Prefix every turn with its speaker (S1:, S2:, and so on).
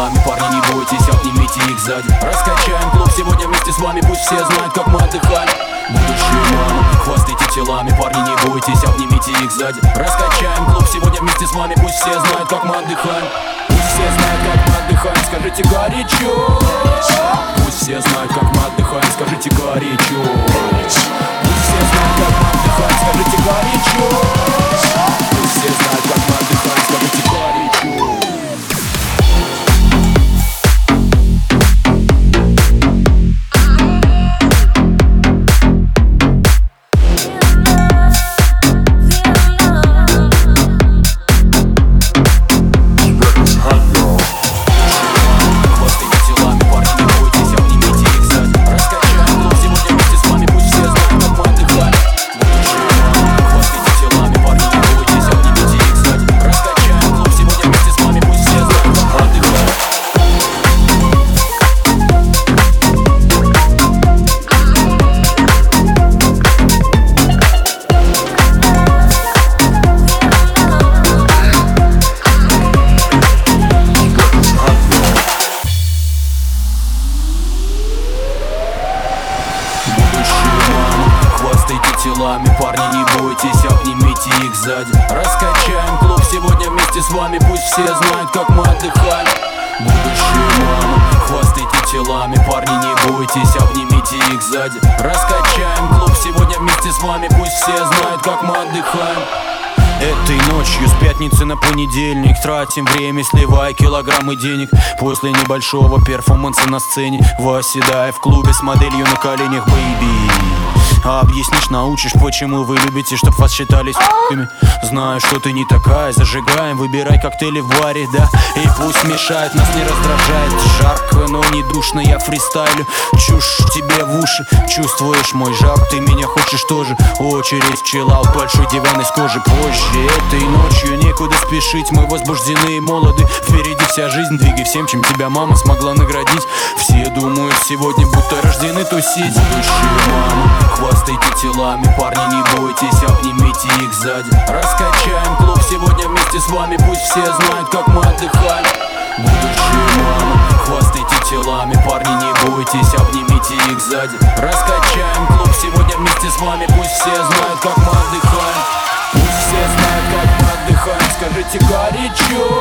S1: телами, парни, не бойтесь, обнимите их сзади. Раскачаем клуб сегодня вместе с вами, пусть все знают, как мы отдыхаем. Будущие мамы, хвастайте телами, парни, не бойтесь, обнимите их сзади. Раскачаем клуб сегодня вместе с вами, пусть все знают, как мы отдыхаем. Пусть все знают, как мы отдыхаем, скажите горячо. Пусть все знают, как мы отдыхаем, скажите горячо. Пусть все знают, как мы отдыхаем, скажите горячо. Пусть все знают, как мы отдыхаем, скажите горячо. Телами, парни, не бойтесь, обнимите их сзади. Раскачаем клуб сегодня вместе с вами, пусть все знают, как мы отдыхаем. Будущие мамы, хвастайте телами, парни, не бойтесь, обнимите их сзади. Раскачаем клуб сегодня вместе с вами, пусть все знают, как мы отдыхаем. Этой ночью с пятницы на понедельник тратим время, сливая килограммы денег. После небольшого перформанса на сцене, восседая в клубе с моделью на коленях, бэйби. А объяснишь, научишь, почему вы любите, чтоб вас считали с***ками. Знаю, что ты не такая, зажигаем, выбирай коктейли в баре, да. И пусть мешает, нас не раздражает. Жарко, но не душно, я фристайлю. Чушь тебе в уши, чувствуешь мой жар, ты меня хочешь тоже. Очередь, чиллаут, большой диван из кожи. Позже этой ночью некуда спешить, мы возбуждены и молоды. Впереди вся жизнь, двигай всем, чем тебя мама смогла наградить. Все думают сегодня, будто рождены тусить. Будущие мамы, хвастайте телами, парни, не бойтесь, обнимите их сзади. Раскачаем клуб сегодня вместе с вами, пусть все знают, как мы отдыхаем. Будущие мамы, хвастайте телами, парни, не бойтесь, обнимите их сзади. Раскачаем клуб сегодня вместе с вами, пусть все знают, как мы отдыхаем. Пусть все знают, как мы отдыхаем, скажите горячо.